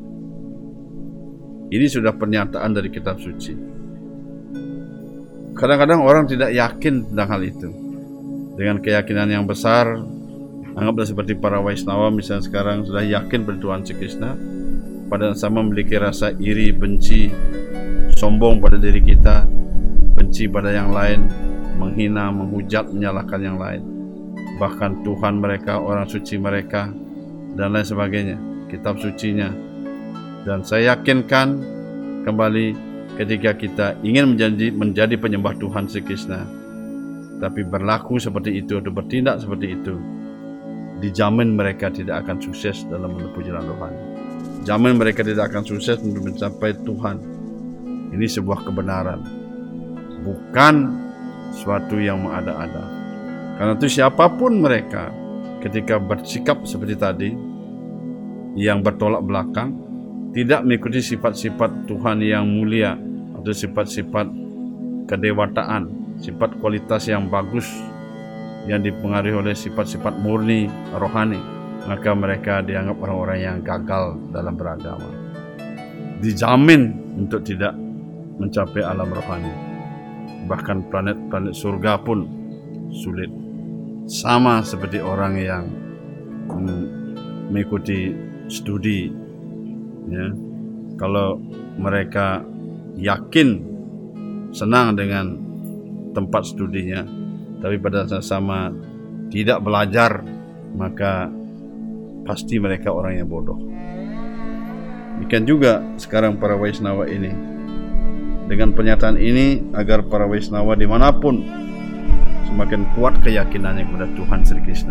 Ini sudah pernyataan dari kitab suci. Kadang-kadang orang tidak yakin tentang hal itu. Dengan keyakinan yang besar, anggaplah seperti para Vaishnava misalnya sekarang sudah yakin pada Tuhan Sri Krishna, pada sama memiliki rasa iri, benci, sombong pada diri kita, benci pada yang lain, menghina, menghujat, menyalahkan yang lain, bahkan Tuhan mereka, orang suci mereka, dan lain sebagainya, kitab sucinya. Dan saya yakinkan kembali, ketika kita ingin menjadi, menjadi penyembah Tuhan Sri Krishna, tapi berlaku seperti itu atau bertindak seperti itu, dijamin mereka tidak akan sukses dalam menempuh jalan rohani. Jamin mereka tidak akan sukses untuk mencapai Tuhan. Ini sebuah kebenaran, bukan suatu yang mengada-ada. Karena itu siapapun mereka, ketika bersikap seperti tadi, yang bertolak belakang, tidak mengikuti sifat-sifat Tuhan yang mulia atau sifat-sifat kedewataan, sifat kualitas yang bagus yang dipengaruhi oleh sifat-sifat murni rohani, maka mereka dianggap orang-orang yang gagal dalam beragama, dijamin untuk tidak mencapai alam rohani. Bahkan planet-planet surga pun sulit. Sama seperti orang yang mengikuti studi, ya. Kalau mereka yakin senang dengan tempat studinya, tapi pada saat sama tidak belajar, maka pasti mereka orang yang bodoh. Demikian juga sekarang para Vaishnava ini, dengan pernyataan ini agar para Vaishnava dimanapun semakin kuat keyakinannya kepada Tuhan Sri Krishna,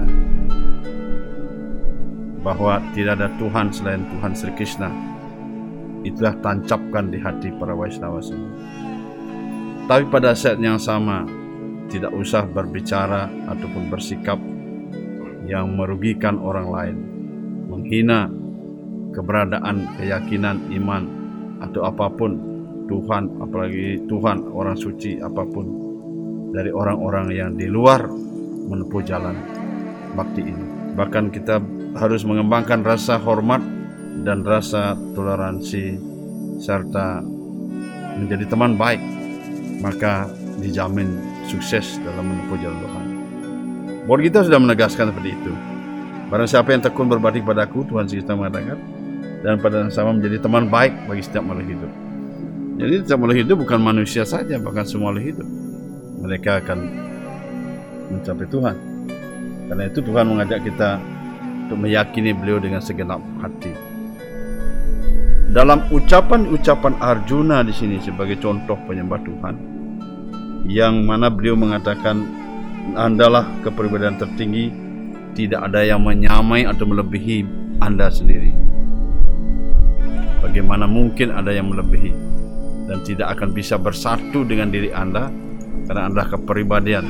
bahwa tidak ada Tuhan selain Tuhan Sri Krishna. Itulah tancapkan di hati para Vaishnava semua. Tapi pada saat yang sama, tidak usah berbicara ataupun bersikap yang merugikan orang lain. menghina keberadaan, keyakinan, iman atau apapun Tuhan, apalagi Tuhan, orang suci apapun dari orang-orang yang di luar menempuh jalan bakti ini. Bahkan kita harus mengembangkan rasa hormat dan rasa toleransi serta menjadi teman baik, maka dijamin sukses dalam menempuh jalan Tuhan. Buat kita sudah menegaskan seperti itu. Barang siapa yang tekun berbakti kepadaku, Tuhan kita mengatakan, dan pada yang sama menjadi teman baik bagi setiap makhluk hidup. Jadi setiap makhluk hidup bukan manusia saja, bahkan semua makhluk hidup. Mereka akan mencapai Tuhan. Karena itu Tuhan mengajak kita untuk meyakini beliau dengan segenap hati. Dalam ucapan-ucapan Arjuna di sini sebagai contoh penyembah Tuhan, yang mana beliau mengatakan, Andalah kepribadian tertinggi, tidak ada yang menyamai atau melebihi Anda sendiri. Bagaimana mungkin ada yang melebihi, dan tidak akan bisa bersatu dengan diri Anda, karena Anda kepribadian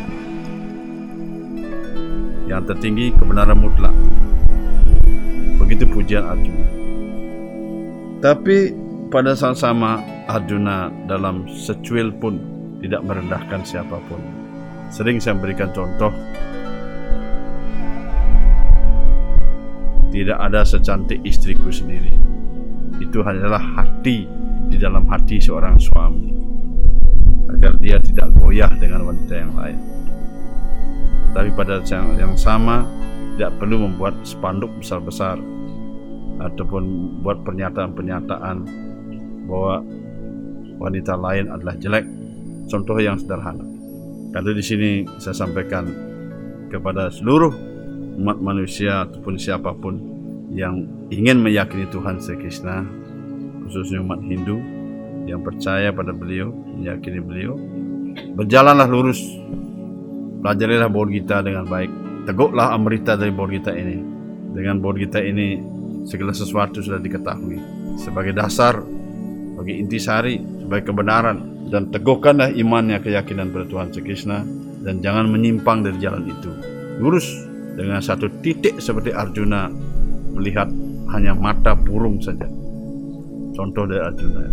yang tertinggi, kebenaran mutlak. Begitu pujian Arjuna. Tapi pada saat sama Arjuna dalam secuil pun tidak merendahkan siapapun. Sering saya berikan contoh, tidak ada secantik istriku sendiri. Itu hanyalah hati di dalam hati seorang suami, agar dia tidak goyah dengan wanita yang lain. Tapi pada saat yang sama tidak perlu membuat spanduk besar-besar ataupun buat pernyataan-pernyataan bahwa wanita lain adalah jelek. Contoh yang sederhana. Kalau di sini saya sampaikan kepada seluruh umat manusia ataupun siapapun yang ingin meyakini Tuhan Sri Krishna, khususnya umat Hindu yang percaya pada beliau, meyakini beliau, berjalanlah lurus, pelajarilah Bhagavad Gita dengan baik, teguklah amrita dari Bhagavad Gita ini. Dengan Bhagavad Gita ini segala sesuatu sudah diketahui sebagai dasar, bagi intisari, sebagai kebenaran. Dan teguhkanlah imannya, keyakinan pada Tuhan Sri Krishna, dan jangan menyimpang dari jalan itu. Lurus dengan satu titik seperti Arjuna melihat hanya mata burung saja. Contoh dari Arjuna.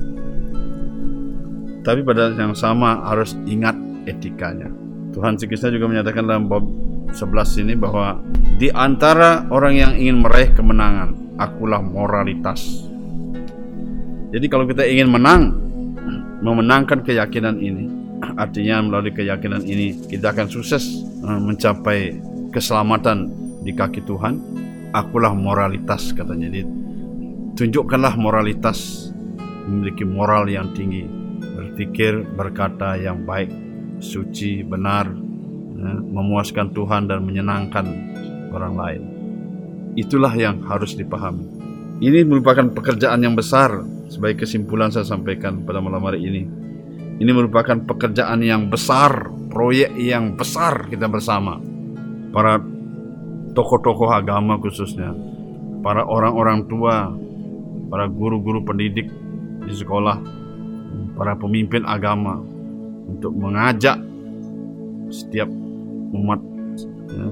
Tapi pada yang sama harus ingat etikanya. Tuhan Sri Krishna juga menyatakan dalam bab sebelas ini bahwa di antara orang yang ingin meraih kemenangan, akulah moralitas. Jadi kalau kita ingin menang, memenangkan keyakinan ini, artinya melalui keyakinan ini kita akan sukses mencapai keselamatan di kaki Tuhan. Akulah moralitas, katanya. Jadi tunjukkanlah moralitas, memiliki moral yang tinggi, berpikir, berkata yang baik, suci, benar, memuaskan Tuhan dan menyenangkan orang lain. Itulah yang harus dipahami. Ini merupakan pekerjaan yang besar. Sebagai kesimpulan saya sampaikan pada malam hari ini, ini merupakan pekerjaan yang besar, proyek yang besar kita bersama. Para tokoh-tokoh agama khususnya, para orang-orang tua, para guru-guru pendidik di sekolah, para pemimpin agama, untuk mengajak setiap umat, ya,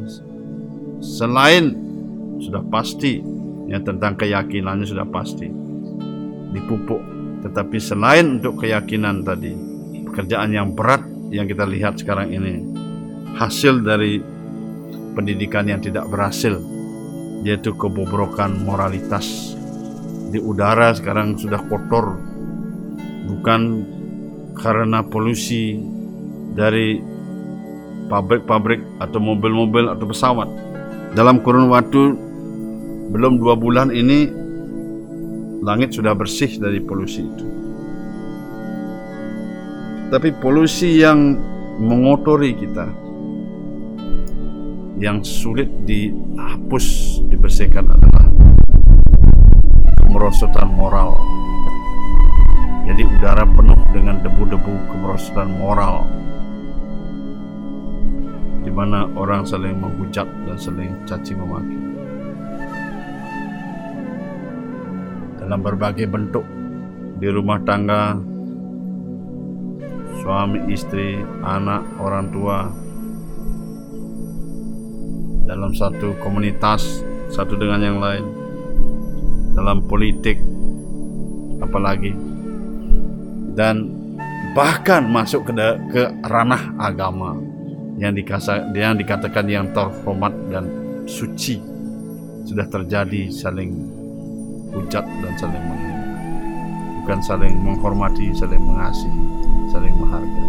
selain sudah pasti ya tentang keyakinannya sudah pasti dipupuk, tetapi selain untuk keyakinan tadi, pekerjaan yang berat yang kita lihat sekarang ini, hasil dari pendidikan yang tidak berhasil, yaitu kebobrokan moralitas. Di udara sekarang sudah kotor, bukan karena polusi dari pabrik-pabrik atau mobil-mobil atau pesawat. Dalam kurun waktu belum dua bulan ini, langit sudah bersih dari polusi itu. Tapi polusi yang mengotori kita, yang sulit dihapus, dibersihkan adalah kemerosotan moral. Jadi udara penuh dengan debu-debu kemerosotan moral, di mana orang saling menghujat dan saling caci memaki dalam berbagai bentuk, di rumah tangga, suami, istri, anak, orang tua, dalam satu komunitas, satu dengan yang lain, dalam politik apalagi, dan bahkan masuk ke, ke ranah agama yang, dikasa, yang dikatakan yang terhormat dan suci. Sudah terjadi saling hujat dan saling menghina, bukan saling menghormati, saling mengasihi, saling menghargai.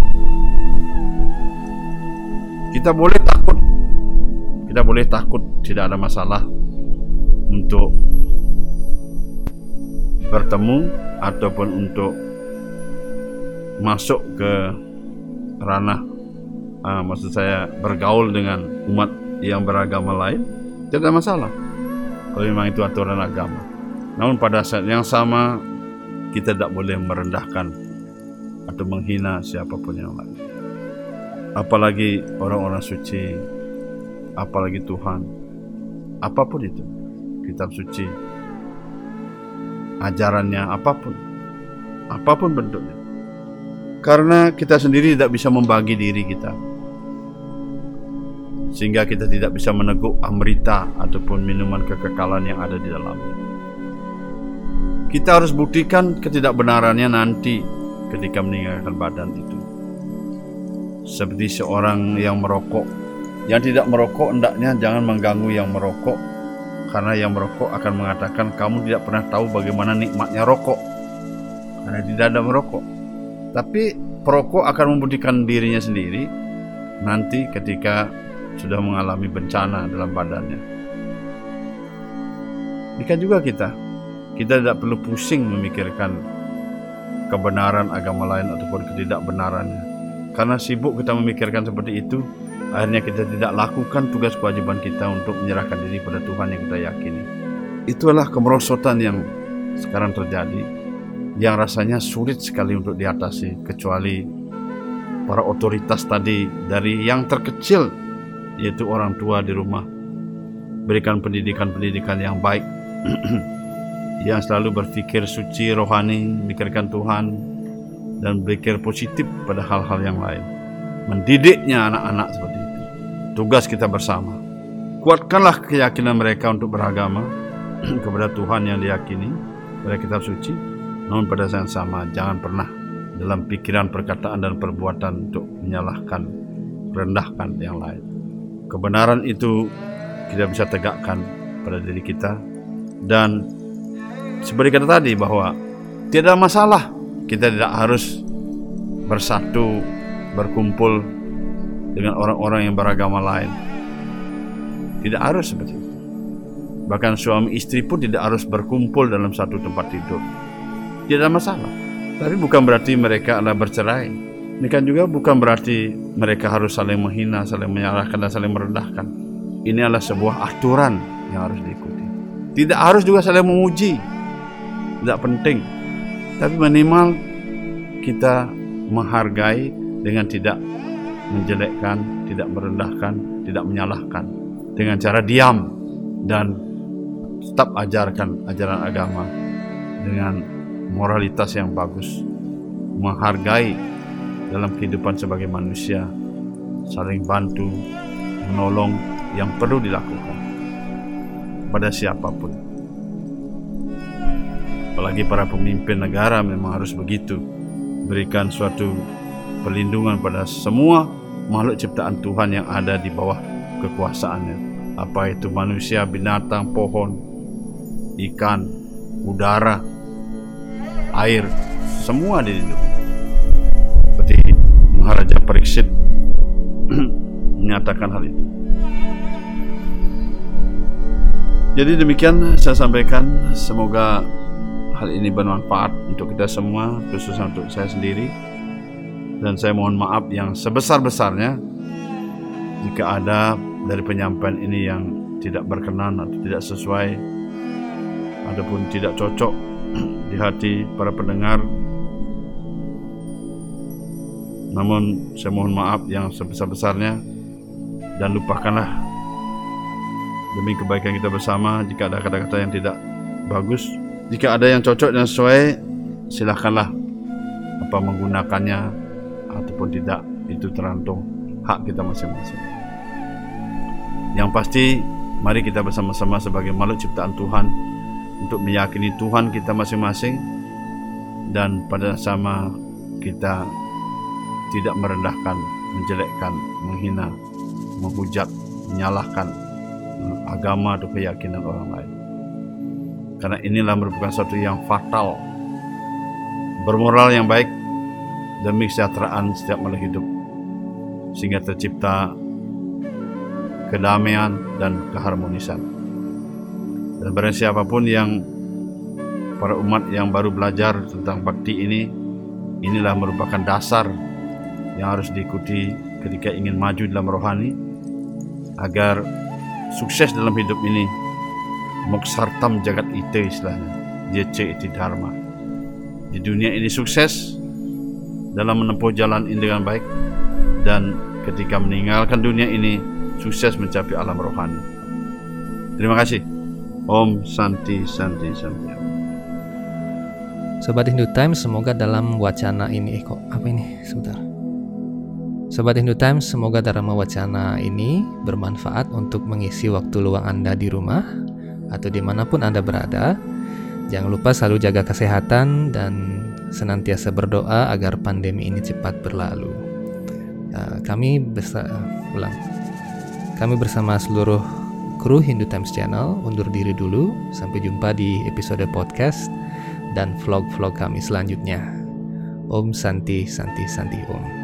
Kita boleh takut, kita boleh takut, tidak ada masalah untuk bertemu ataupun untuk masuk ke ranah, uh, maksud saya bergaul dengan umat yang beragama lain, tidak ada masalah kalau memang itu aturan agama. Namun pada saat yang sama kita tidak boleh merendahkan atau menghina siapapun yang lain, apalagi orang-orang suci, apalagi Tuhan, apapun itu, kitab suci, ajarannya, apapun apapun bentuknya, karena kita sendiri tidak bisa membagi diri kita, sehingga kita tidak bisa meneguk amrita ataupun minuman kekekalan yang ada di dalamnya. Kita harus buktikan ketidakbenarannya nanti ketika meninggalkan badan itu. Seperti seorang yang merokok, yang tidak merokok hendaknya jangan mengganggu yang merokok, karena yang merokok akan mengatakan kamu tidak pernah tahu bagaimana nikmatnya rokok, karena tidak ada merokok. Tapi perokok akan membuktikan dirinya sendiri nanti ketika sudah mengalami bencana dalam badannya. Demikian juga kita, kita tidak perlu pusing memikirkan kebenaran agama lain ataupun ketidakbenarannya. Karena sibuk kita memikirkan seperti itu, akhirnya kita tidak lakukan tugas kewajiban kita untuk menyerahkan diri pada Tuhan yang kita yakini. Itulah kemerosotan yang sekarang terjadi, yang rasanya sulit sekali untuk diatasi, kecuali para otoritas tadi, dari yang terkecil yaitu orang tua di rumah, berikan pendidikan-pendidikan yang baik, yang selalu berpikir suci, rohani, memikirkan Tuhan, dan berpikir positif pada hal-hal yang lain. Mendidiknya anak-anak seperti itu. Tugas kita bersama. Kuatkanlah keyakinan mereka untuk beragama kepada Tuhan yang diyakini, pada kitab suci. Namun pada saat yang sama, jangan pernah dalam pikiran, perkataan, dan perbuatan untuk menyalahkan, merendahkan yang lain. Kebenaran itu kita bisa tegakkan pada diri kita, dan seperti kata tadi bahwa tidak masalah kita tidak harus bersatu, berkumpul dengan orang-orang yang beragama lain. Tidak harus seperti itu. Bahkan suami istri pun tidak harus berkumpul dalam satu tempat tidur. Tidak ada masalah. Tapi bukan berarti mereka adalah bercerai. Ini kan juga bukan berarti mereka harus saling menghina, saling menyalahkan, dan saling merendahkan. Ini adalah sebuah aturan yang harus diikuti. Tidak harus juga saling memuji, tidak penting. Tapi minimal kita menghargai dengan tidak menjelekkan, tidak merendahkan, tidak menyalahkan, dengan cara diam dan tetap ajarkan ajaran agama dengan moralitas yang bagus, menghargai dalam kehidupan sebagai manusia, saling bantu, menolong yang perlu dilakukan pada siapapun. Apalagi para pemimpin negara memang harus begitu, berikan suatu perlindungan pada semua makhluk ciptaan Tuhan yang ada di bawah kekuasaannya, apa itu manusia, binatang, pohon, ikan, udara, air, semua dilindungi. Seperti Maharaja Pariksit menyatakan hal itu. Jadi demikian saya sampaikan, semoga hal ini bermanfaat untuk kita semua, khususnya untuk saya sendiri. Dan saya mohon maaf yang sebesar-besarnya jika ada dari penyampaian ini yang tidak berkenan atau tidak sesuai ataupun tidak cocok di hati para pendengar. Namun saya mohon maaf yang sebesar-besarnya, dan lupakanlah demi kebaikan kita bersama jika ada kata-kata yang tidak bagus. Jika ada yang cocok dan sesuai, silakanlah apa menggunakannya ataupun tidak, itu tergantung hak kita masing-masing. Yang pasti, mari kita bersama-sama sebagai makhluk ciptaan Tuhan untuk meyakini Tuhan kita masing-masing, dan pada sama kita tidak merendahkan, menjelekkan, menghina, menghujat, menyalahkan agama atau keyakinan orang lain. Karena inilah merupakan sesuatu yang fatal. Bermoral yang baik demi kesejahteraan setiap makhluk hidup, sehingga tercipta kedamaian dan keharmonisan. Dan barang siapapun yang para umat yang baru belajar tentang bakti ini, inilah merupakan dasar yang harus diikuti ketika ingin maju dalam rohani, agar sukses dalam hidup ini. Moksartam jagat ite istilahnya, yece iti dharma. Di dunia ini sukses dalam menempuh jalan ini dengan baik, dan ketika meninggalkan dunia ini sukses mencapai alam rohani. Terima kasih. Om Santi Santi Santi. Sobat Hindu Times, semoga dalam wacana ini eh kok apa ini sebentar. Sobat Hindu Times, semoga Dharma Wacana ini bermanfaat untuk mengisi waktu luang Anda di rumah atau dimanapun Anda berada. Jangan lupa selalu jaga kesehatan dan senantiasa berdoa agar pandemi ini cepat berlalu. Uh, kami bersama ulang. Kami bersama seluruh kru Hindu Times Channel undur diri dulu. Sampai jumpa di episode podcast dan vlog-vlog kami selanjutnya. Om Santi Santi Santi Om.